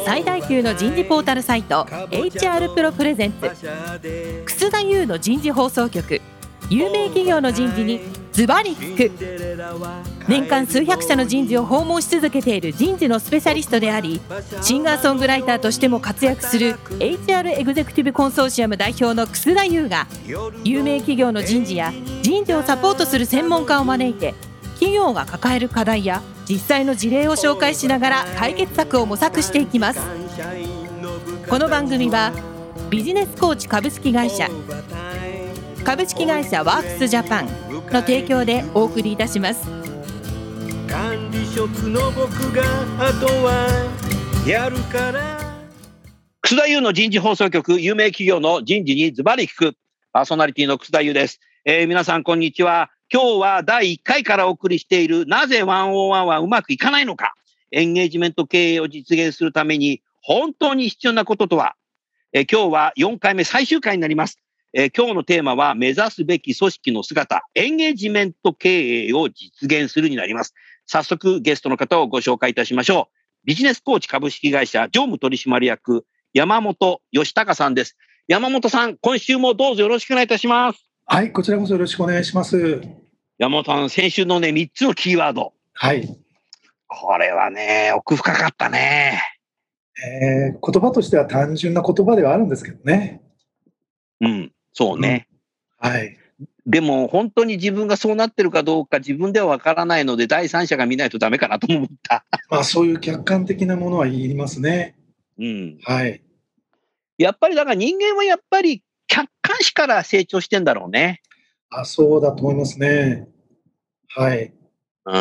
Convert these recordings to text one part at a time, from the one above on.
最大級の人事ポータルサイト HR プロプレゼンツ楠田優の人事放送局。有名企業の人事にズバリ聞く。年間数百社の人事を訪問し続けている人事のスペシャリストであり、シンガーソングライターとしても活躍する HR エグゼクティブコンソーシアム代表の楠田優が、有名企業の人事や人事をサポートする専門家を招いて、企業が抱える課題や実際の事例を紹介しながら解決策を模索していきます。この番組はビジネスコーチ株式会社、株式会社ワークスジャパンの提供でお送りいたします。 管理職の僕があとはやるから。 楠田優の人事放送局、有名企業の人事にズバリ聞く。パーソナリティの楠田優です。皆さんこんにちは。今日は第1回からお送りしているなぜ101はうまくいかないのか、エンゲージメント経営を実現するために本当に必要なこととは。今日は4回目最終回になります。今日のテーマは目指すべき組織の姿、エンゲージメント経営を実現するになります。早速ゲストの方をご紹介いたしましょう。ビジネスコーチ株式会社常務取締役山本義孝さんです。山本さん、今週もどうぞよろしくお願いいたします。 はい、こちらこそよろしくお願いします。 山本さん、先週のね、3つのキーワード。 はい。 これはね、奥深かったね。 言葉としては単純な言葉ではあるんですけどね。 うん、そうね。 はい。 でも、本当に自分がそうなってるかどうか自分ではわからないので、第三者が見ないとダメかなと思った。 まあ、そういう客観的なものはいりますね。 うん。 はい。 やっぱり、だから人間はやっぱり客観視から成長してんだろうね。 そうだと思いますね。はい。 うん。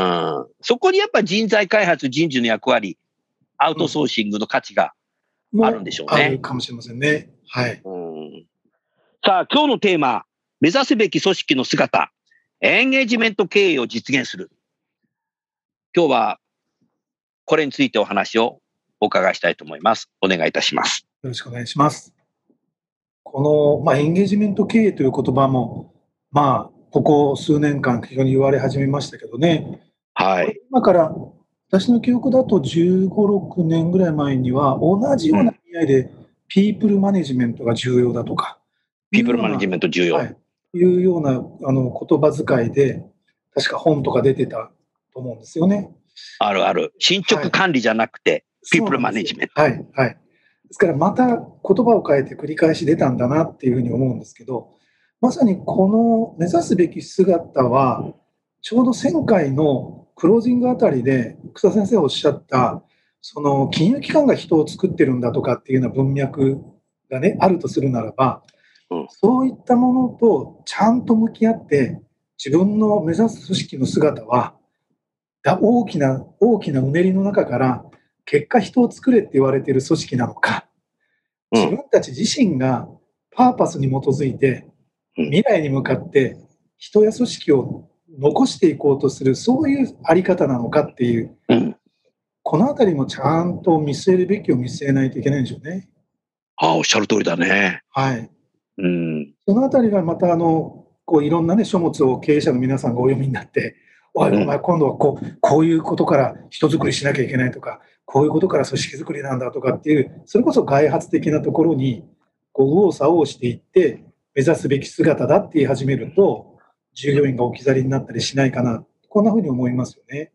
そこにやっぱ人材開発、人事の役割、アウトソーシングの価値があるんでしょうね。 あるかもしれませんね。はい。 さあ、今日のテーマ、目指すべき組織の姿、エンゲージメント経営を実現する。今日はこれについてお話をお伺いしたいと思います。お願いいたします。 よろしくお願いします。この、エンゲージメント経営という言葉も、ここ数年間非常に言われ始めましたけどね。 はい。 今から私の記憶だと15、6年ぐらい前には同じような意味合いでピープルマネジメントが重要だとか、 ピープルマネジメント重要。 いうような言葉遣いで確か本とか出てたと思うんですよね。 あるある。進捗管理じゃなくて、ピープルマネジメント。 はい。ですからまた言葉を変えて繰り返し出たんだなっていうふうに思うんですけど、まさにこの目指すべき姿はちょうど前回のクロージングあたりで草先生がおっしゃったその金融機関が人を作ってるんだとかっていうような文脈がねあるとするならば、そういったものとちゃんと向き合って自分の目指す組織の姿は大きなうねりの中から結果人を作れって言われている組織なのか、自分たち自身がパーパスに基づいて未来に向かって人や組織を残していこうとする、そういうあり方なのかっていう、このあたりもちゃんと見据えるべきを見据えないといけないんでしょうね。 おっしゃる通りだね。 はい。そのあたりがまたいろんなね書物を経営者の皆さんがお読みになって、お前今度はこういうことから人づくりしなきゃいけないとか、こういうことから組織づくりなんだとかっていう、それこそ開発的なところに右往左往していって目指すべき姿だって言い始めると、従業員が置き去りになったりしないかな、こんなふうに思いますよね。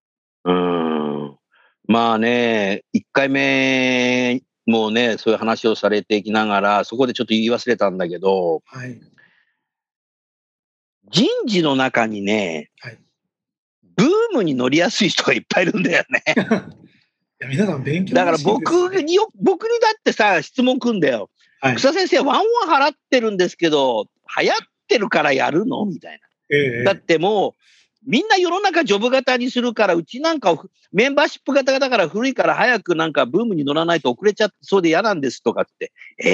まあね、1回目もね、そういう話をされていきながら、そこでちょっと言い忘れたんだけど、 はい、 人事の中にね、ブームに乗りやすい人がいっぱいいるんだよね。 いや皆さん勉強、 だから僕にだってさ、質問くんだよ。草先生、ワンワン払ってるんですけど、流行ってるからやるのみたいな。だってもう、みんな世の中ジョブ型にするから、うちなんかメンバーシップ型だから古いから早くなんかブームに乗らないと遅れちゃってそうで嫌なんですとかって。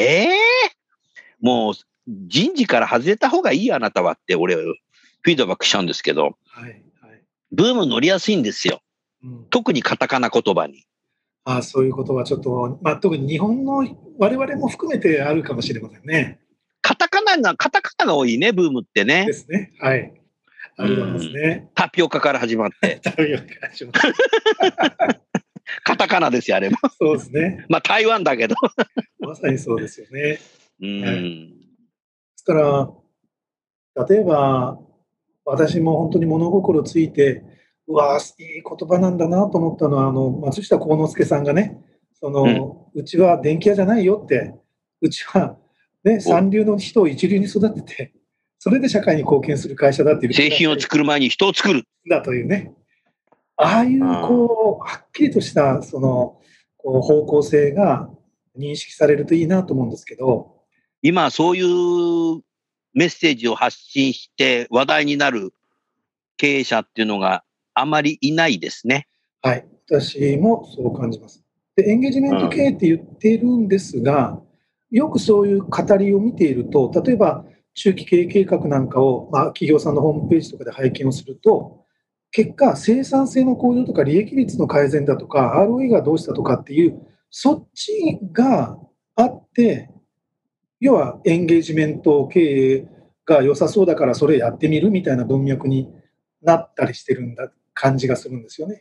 もう人事から外れた方がいいあなたはって俺フィードバックしちゃうんですけど、ブーム乗りやすいんですよ。特にカタカナ言葉に。 そういうことはちょっと、特に日本の我々も含めてあるかもしれませんね。 カタカナが多いね、ブームってね。 ですね。はい。ありますね。 タピオカから始まって。 タピオカから始まって。 カタカナですよ、あれも。 そうですね。 まあ、台湾だけど。 まさにそうですよね。 ですから、例えば、私も本当に物心ついて、うわー、いい言葉なんだなと思ったのは、松下幸之助さんがね、うちは電気屋じゃないよって、うちは、ね、三流の人を一流に育てて、それで社会に貢献する会社だっていう。 製品を作る前に人を作る。 だというね。ああいう、はっきりとした、方向性が認識されるといいなと思うんですけど。 今、そういうメッセージを発信して話題になる経営者っていうのがあまりいないですね。 はい。私もそう感じます。で、エンゲージメント経営って言っているんですが、よくそういう語りを見ていると、例えば中期経営計画なんかを、企業さんのホームページとかで拝見をすると、結果、生産性の向上とか利益率の改善だとか、ROE がどうしたとかっていう、そっちがあって、要はエンゲージメント経営が良さそうだからそれやってみるみたいな文脈になったりしてるんだ感じがするんですよね。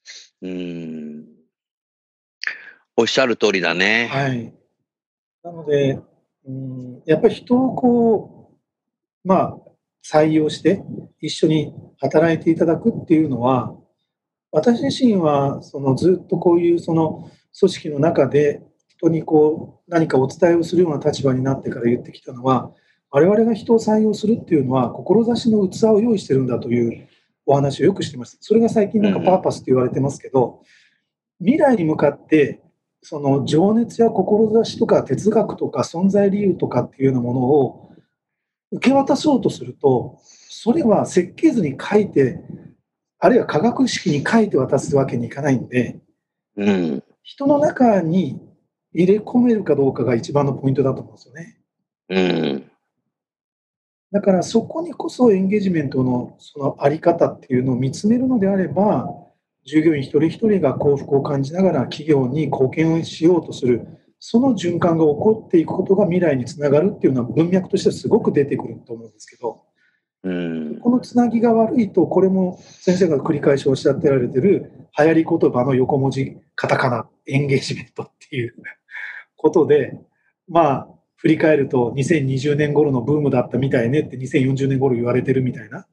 おっしゃる通りだね。 はい。なので、やっぱり人を採用して一緒に働いていただくっていうのは、私自身はずっとこういう組織の中で人に何かお伝えをするような立場になってから言ってきたのは、我々が人を採用するっていうのは志の器を用意してるんだというお話をよくしてます。それが最近パーパスって言われてますけど、未来に向かって情熱や志とか哲学とか存在理由とかっていうようなものを受け渡そうとすると、それは設計図に書いて、あるいは科学式に書いて渡すわけにいかないんで、人の中に入れ込めるかどうかが一番のポイントだと思うんですよね。だからそこにこそエンゲージメントのあり方っていうのを見つめるのであれば、従業員一人一人が幸福を感じながら企業に貢献をしようとする、その循環が起こっていくことが未来につながるっていうのは文脈としてはすごく出てくると思うんですけど、このつなぎが悪いと、これも先生が繰り返しおっしゃってられてる流行り言葉の横文字カタカナエンゲージメントっていうことで、振り返ると2020年頃のブームだったみたいねって2040年頃言われてるみたいな、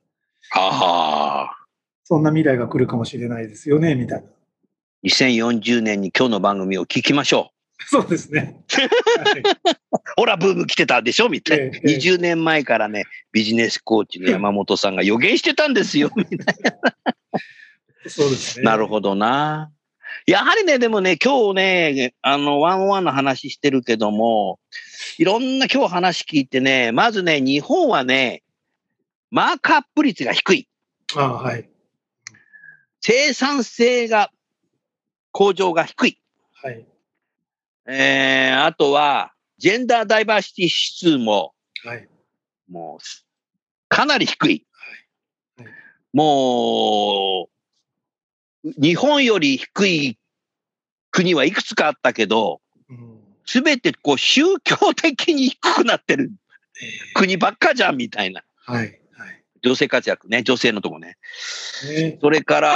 そんな未来が来るかもしれないですよねみたいな。 2040年に今日の番組を聞きましょう。そうですね。 ほら、ブーム来てたでしょみたいな。20年前からね、ビジネスコーチの山本さんが予言してたんですよ、みたいな。 そうですね。 なるほどな。やはりね、でもね、今日ね、101の話してるけども、いろんな今日話聞いてね、まずね、日本はね、マークアップ率が低い。 はい。 生産性が、向上が低い。 はい。 あとは、ジェンダーダイバーシティ指数も、もう、かなり低い。もう、日本より低い国はいくつかあったけど、すべて宗教的に低くなってる国ばっかじゃんみたいな。女性活躍ね、女性のとこね。それから、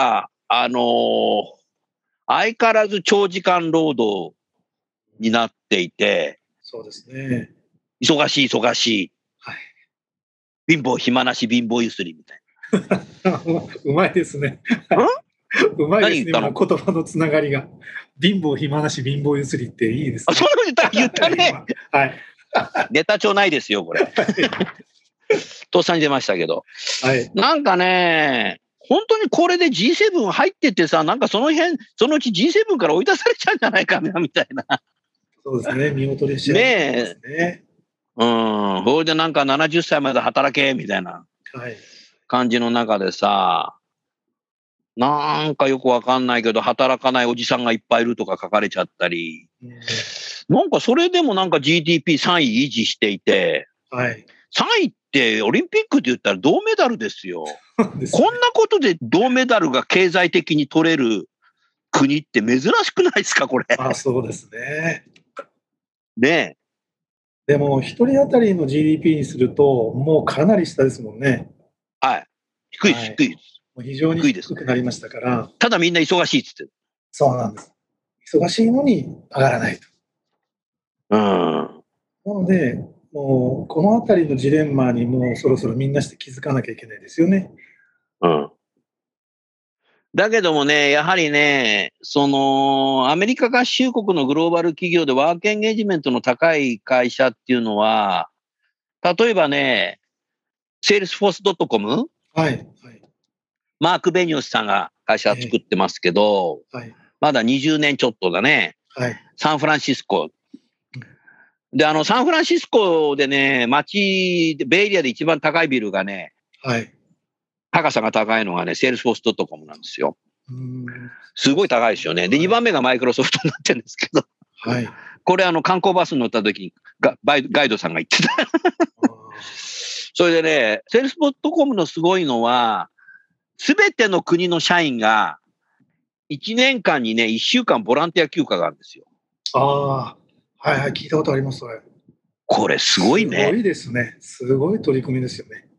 相変わらず長時間労働になっていて、 そうですね。 忙しい。貧乏暇なし貧乏ゆすりみたいな。うまいですね。うまいですね。言葉のつながりが。貧乏暇なし貧乏ゆすりっていいですね。 そんなの言ったね。 はい。 ネタ帳ないですよ、これ。とっさに出ましたけど。なんかね、本当にこれで G7 入っててさ、なんかそのうち G7 から追い出されちゃうんじゃないかな、みたいな。 そうですね、見劣りしちゃいますね。 それでなんか70歳まで働け、みたいな感じの中でさ、なんかよくわかんないけど、働かないおじさんがいっぱいいるとか書かれちゃったり、なんかそれでもなんか GDP3 位維持していて、3位ってオリンピックで言ったら銅メダルですよ。こんなことで銅メダルが経済的に取れる国って珍しくないですか、これ。 そうですね。 ねえ。でも、1人当たりの GDP にすると、もうかなり下ですもんね。 はい。低いです。 非常に低くなりましたから。 ただみんな忙しいっつって。 そうなんです。忙しいのに上がらないと。 うん。 なので、もうこのあたりのジレンマにもうそろそろみんなして気づかなきゃいけないですよね。 うん。だけどもね、やはりね、アメリカ合衆国のグローバル企業でワークエンゲージメントの高い会社っていうのは、例えばね、Salesforce.com、 はい。 マーク・ベニオスさんが会社作ってますけど、まだ20年ちょっとだね。サンフランシスコ。で、サンフランシスコでね、ベイエリアで一番高いビルがね、高さが高いのがね、Salesforce.com なんですよ。すごい高いですよね。で、2番目がマイクロソフトになってるんですけど、これ観光バスに乗った時にガイドさんが言ってた。それでね、Salesforce.com のすごいのは、すべての国の社員が1年間にね、1週間ボランティア休暇があるんですよ。 聞いたことあります、それ。 これすごいね。 すごいですね。すごい取り組みですよね。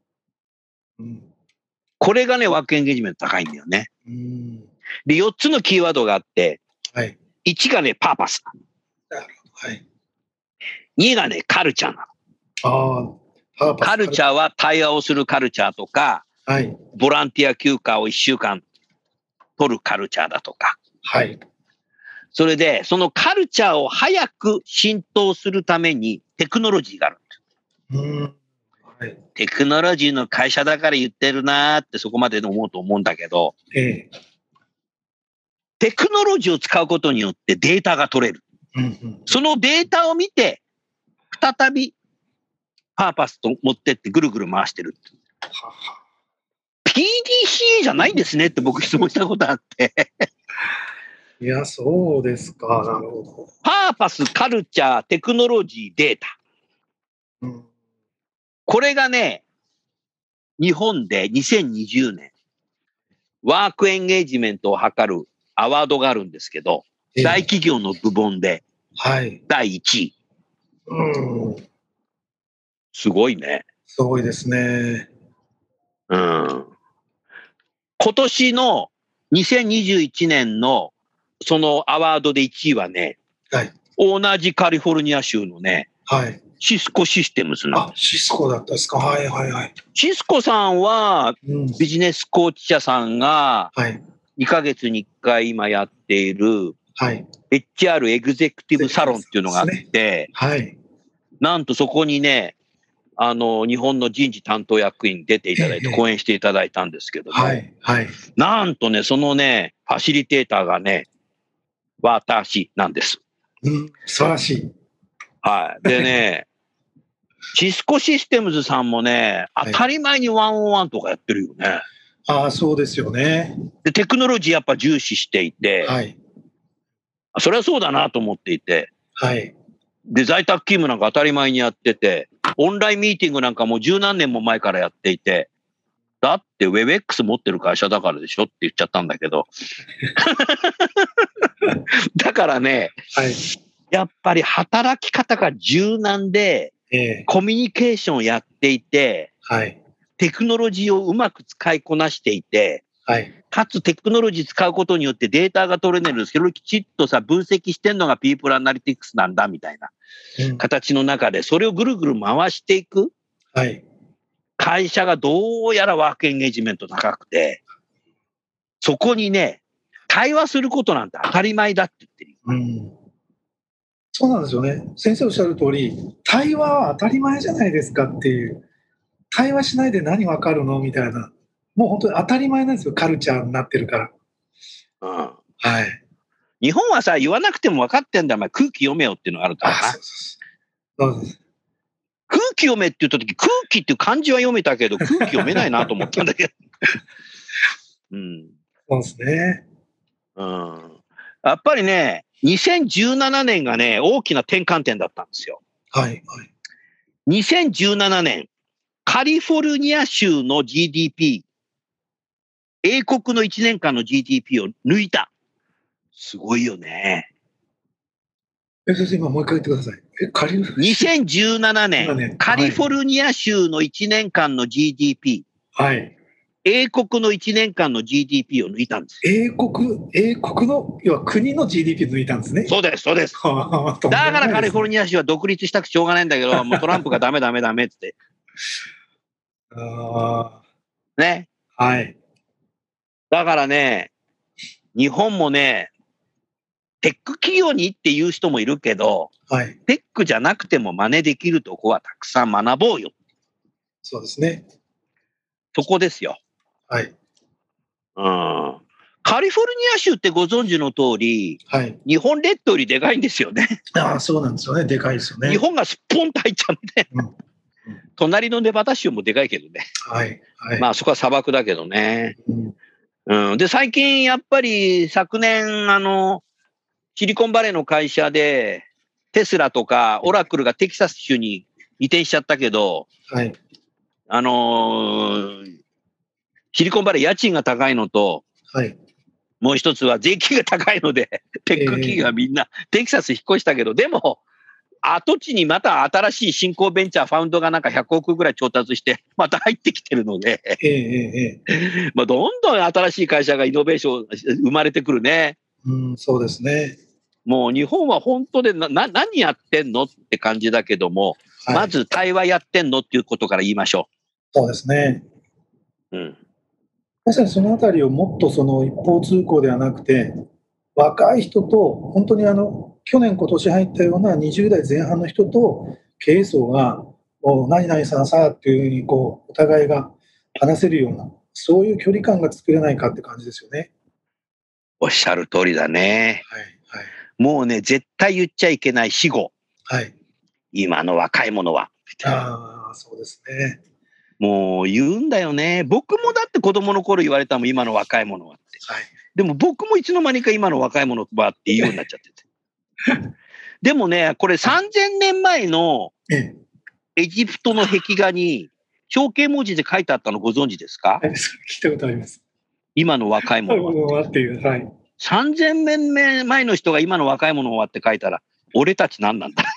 これがね、ワークエンゲージメント高いんだよね。で、4つのキーワードがあって、1がね、パーパス。2がね、カルチャーなの。カルチャーは対話をするカルチャーとか、ボランティア休暇を1週間取るカルチャーだとか。それで、そのカルチャーを早く浸透するためにテクノロジーがあるんです。テクノロジーの会社だから言ってるなーってそこまで思うと思うんだけど、テクノロジーを使うことによってデータが取れる。そのデータを見て、再びパーパスと持ってってぐるぐる回してる。PDCA じゃないんですねって僕質問したことあって。 いや、そうですか。なるほど。 パーパス、カルチャー、テクノロジー、データ。これがね、日本で2020年、ワークエンゲージメントを図るアワードがあるんですけど、大企業の部門で、第1位。すごいね。 すごいですね。 今年の2021年のそのアワードで1位はね、同じカリフォルニア州のね、シスコシステムズなの。 シスコだったですか。 シスコさんは、ビジネスコーチ社さんが、2ヶ月に1回今やっている、HR エグゼクティブサロンっていうのがあって、なんとそこにね、日本の人事担当役員出ていただいて、講演していただいたんですけども、なんとね、そのね、ファシリテーターがね、私なんです。 素晴らしい。 でね、シスコシステムズさんもね、当たり前にワンオンワンとかやってるよね。 そうですよね。 で、テクノロジーやっぱ重視していて、それはそうだなと思っていて、で、在宅勤務なんか当たり前にやってて、オンラインミーティングなんかもう十何年も前からやっていて、だって WebX 持ってる会社だからでしょって言っちゃったんだけど。だからね、やっぱり働き方が柔軟で、コミュニケーションをやっていて、テクノロジーをうまく使いこなしていて、かつテクノロジー使うことによってデータが取れないので、それをきちっと分析してんのがピープルアナリティクスなんだみたいな形の中で、それをぐるぐる回していく会社がどうやらワークエンゲージメント高くて、そこにね、対話することなんて当たり前だって言ってる。 そうなんですよね。先生おっしゃる通り、対話は当たり前じゃないですかっていう、対話しないで何わかるのみたいな、もう本当に当たり前なんですよ、カルチャーになってるから。 日本は言わなくても分かってんだよ、お前空気読めよっていうのがあるからな。 そうです。 空気読めって言った時、空気っていう漢字は読めたけど、空気読めないなと思ったんだけど。 そうですね。 やっぱりね、2017年がね、大きな転換点だったんですよ。2017年、カリフォルニア州の GDP、英国の1年間の GDP を抜いた。すごいよね。 先生、今もう一回言ってください。 2017年、カリフォルニア州の1年間の GDP、 英国の1年間の GDP を抜いたんですよ。 英国の、要は国の GDP 抜いたんですね。 そうです、そうです。だからカリフォルニア州は独立したくしょうがないんだけど、もうトランプがダメって。ね。 はい。 だからね、日本もね、テック企業にっていう人もいるけど、 はい、 テックじゃなくても真似できるとこはたくさん学ぼうよ。 そうですね。 そこですよ。 はい。 カリフォルニア州ってご存知の通り、 はい、 日本列島よりでかいんですよね。 ああ、そうなんですよね。でかいですよね。 日本がすっぽんと入っちゃうね。隣のネバダ州もでかいけどね。 はい。はい、 まあそこは砂漠だけどね。で、最近やっぱり昨年、シリコンバレーの会社で、テスラとかオラクルがテキサス州に移転しちゃったけど、 はい、 シリコンバレー家賃が高いのと、 はい、 もう一つは税金が高いので、テック企業はみんなテキサス引っ越したけど、でも、跡地にまた新しい新興ベンチャーファウンドがなんか100億ぐらい調達して、また入ってきてるので、まあどんどん新しい会社がイノベーション生まれてくるね。 そうですね。 もう日本は本当で何やってんのって感じだけども、はい、まず対話やってんのっていうことから言いましょう。そうですね。まさにそのあたりをもっとその一方通行ではなくて、若い人と本当に去年今年入ったような20代前半の人と経営層が何々さんさっていうふうにお互いが話せるような、そういう距離感が作れないかって感じですよね。 おっしゃる通りだね。 はいはい、 もうね、絶対言っちゃいけない死語。 はい、 今の若い者は。 ああ、そうですね。 もう言うんだよね。僕もだって子供の頃言われたもん、今の若い者はって。 はい、 でも僕もいつの間にか今の若い者はって言うようになっちゃってて。でもね、これ3000年前のエジプトの壁画に象形文字で書いてあったのご存知ですか？ 聞いたことあります。 今の若い者はっていう、はい。 3000年前の人が今の若い者はって書いたら、俺たち何なんだ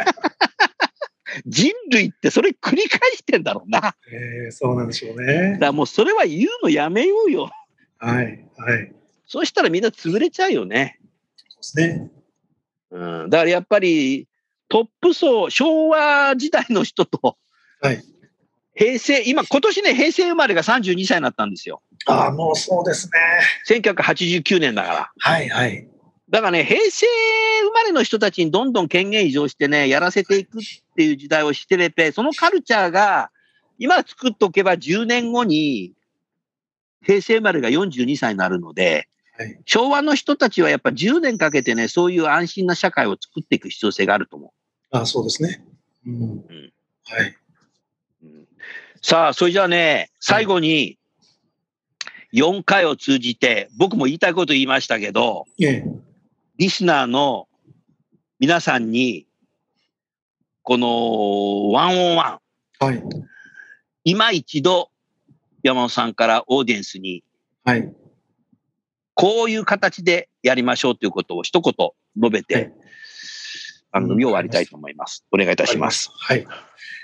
人類ってそれ繰り返してんだろうな。 そうなんでしょうね。 だからもうそれは言うのやめようよ。 はいはい。 そうしたらみんな潰れちゃうよね。 そうですね。 だからやっぱりトップ層、昭和時代の人と、 はい、 今年ね、平成生まれが32歳になったんですよ。 ああ、もうそうですね。 1989年だから。 はいはい。 だからね、平成生まれの人たちにどんどん権限移譲してね、やらせていくっていう時代をしてれて、そのカルチャーが、今作っとけば10年後に、平成生まれが42歳になるので、はい、昭和の人たちはやっぱ10年かけてね、そういう安心な社会を作っていく必要性があると思う。 ああ、そうですね。はい。 さあ、それじゃあね、最後に、4回を通じて、僕も言いたいこと言いましたけど、リスナーの皆さんに、このワンオンワン、 はい、 今一度山本さんからオーディエンスに、 はい、 こういう形でやりましょうということを一言述べて、番組を終わりたいと思います。お願いいたします。 はい。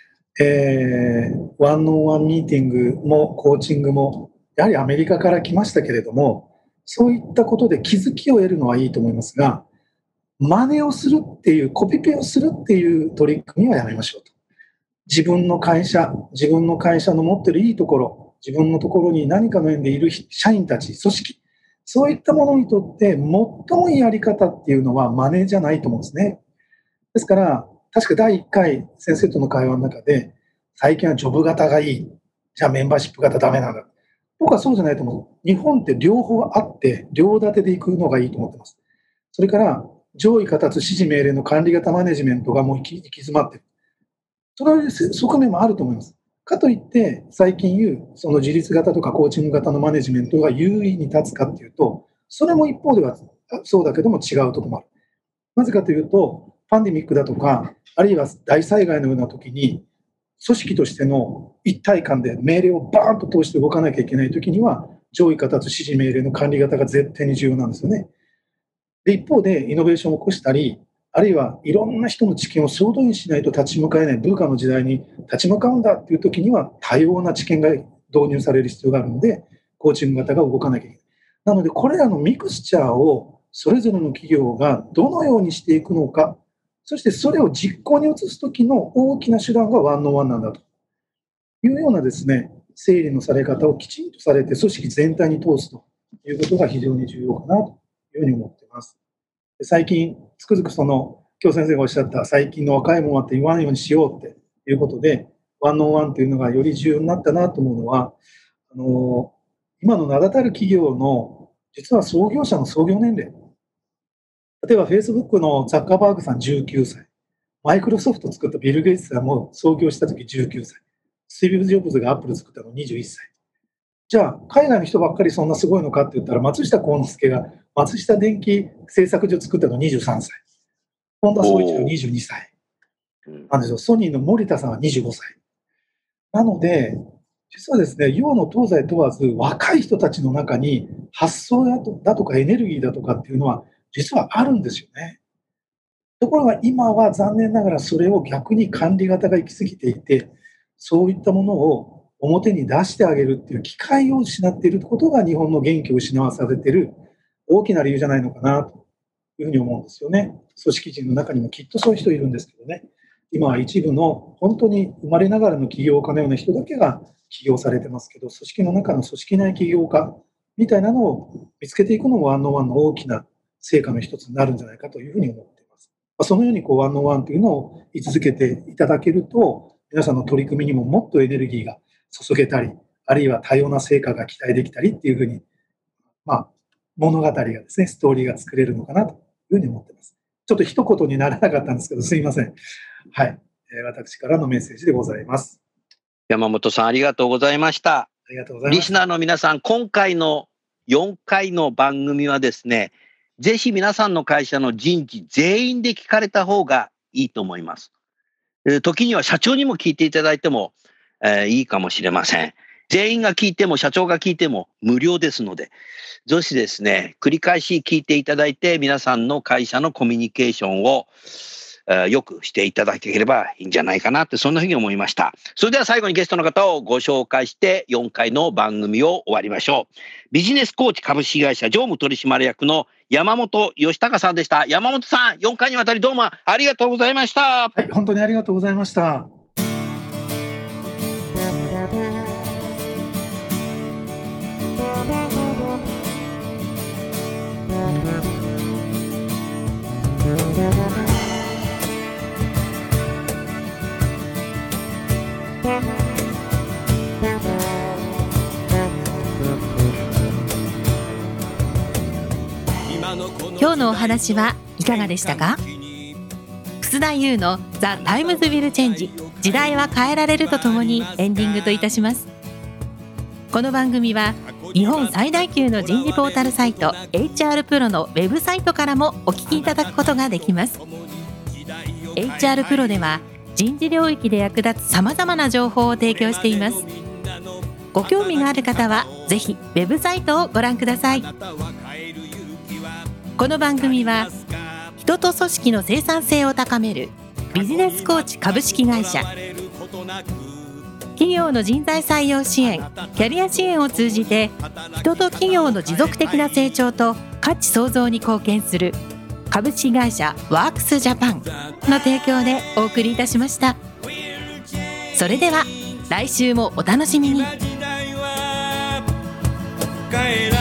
ワンオンワンミーティングもコーチングも、やはりアメリカから来ましたけれども、そういったことで気づきを得るのはいいと思いますが、真似をするっていう、コピペをするっていう取り組みはやめましょうと。自分の会社の持ってるいいところ、自分のところに何かの縁でいる社員たち、組織、そういったものにとって最もいいやり方っていうのは真似じゃないと思うんですね。ですから、確か第1回先生との会話の中で、最近はジョブ型がいい、じゃあメンバーシップ型ダメなんだ。僕はそうじゃないと思う。日本って両方あって、両立てでいくのがいいと思ってます。それから、上位下達指示命令の管理型マネジメントがもう行き詰まっている。そういう側面もあると思います。かといって、最近言う、その自立型とかコーチング型のマネジメントが優位に立つかっていうと、それも一方ではそうだけども違うところもある。なぜかというと、パンデミックだとか、あるいは大災害のような時に、組織としての一体感で命令をバーンと通して動かなきゃいけないときには、上位下達指示命令の管理型が絶対に重要なんですよね。で、一方でイノベーションを起こしたり、あるいはいろんな人の知見を総動員しないと立ち向かえない、文化の時代に立ち向かうんだっていうときには、多様な知見が導入される必要があるので、コーチング型が動かなきゃいけない。なので、これらのミクスチャーをそれぞれの企業がどのようにしていくのか、そしてそれを実行に移すときの大きな手段がワンオンワンなんだというようなですね、整理のされ方をきちんとされて、組織全体に通すということが非常に重要かなというふうに思っています。最近、つくづく今日先生がおっしゃった最近の若いものはって言わないようにしようっていうことで、ワンオンワンというのがより重要になったなと思うのは、今の名だたる企業の実は創業者の創業年齢、例えばフェイスブックのザッカーバーグさん19歳、マイクロソフト作ったビル・ゲイツさんも創業した時19歳、スティーブ・ジョブズがアップル作ったの21歳。じゃあ海外の人ばっかりそんなすごいのかって言ったら、松下幸之助が松下電器製作所作ったの23歳、本田宗一郎22歳なんですよ。ソニーの森田さんは25歳なので、実はですね、洋の東西問わず若い人たちの中に発想だとかエネルギーだとかっていうのは実はあるんですよね。ところが今は残念ながらそれを逆に管理型が行き過ぎていて、そういったものを表に出してあげるっていう機会を失っていることが日本の元気を失わされている大きな理由じゃないのかなというふうに思うんですよね。組織人の中にもきっとそういう人いるんですけどね。今は一部の本当に生まれながらの起業家のような人だけが起業されてますけど、組織の中の組織内起業家みたいなのを見つけていくのもワンオンワンの大きな成果の一つになるんじゃないかというふうに思っています。そのようにワンオンワンというのを位置づけていただけると、皆さんの取り組みにももっとエネルギーが注げたり、あるいは多様な成果が期待できたりっていうふうに、物語がですね、ストーリーが作れるのかなというふうに思っています。ちょっと一言にならなかったんですけど、すいません。はい。私からのメッセージでございます。 山本さん、ありがとうございました。 ありがとうございます。 リスナーの皆さん、今回の4回の番組はですね、ぜひ皆さんの会社の人事全員で聞かれた方がいいと思います。時には社長にも聞いていただいても、いいかもしれません。全員が聞いても社長が聞いても無料ですので、ぜひですね、繰り返し聞いていただいて、皆さんの会社のコミュニケーションをよくしていただければいいんじゃないかなって、そんなふうに思いました。それでは最後にゲストの方をご紹介して4回の番組を終わりましょう。ビジネスコーチ株式会社常務取締役の山本義孝さんでした。山本さん、4回にわたりどうもありがとうございました。 はい、本当にありがとうございました。 今日のお話はいかがでしたか？楠田優の The Times Will Change 時代は変えられるとともにエンディングといたします。この番組は日本最大級の人事ポータルサイト HR プロのウェブサイトからもお聞きいただくことができます。 HR プロでは人事領域で役立つさまざまな情報を提供しています。ご興味がある方はぜひウェブサイトをご覧ください。この番組は人と組織の生産性を高めるビジネスコーチ株式会社、企業の人材採用支援、キャリア支援を通じて人と企業の持続的な成長と価値創造に貢献する株式会社ワークスジャパンの提供でお送りいたしました。それでは来週もお楽しみに。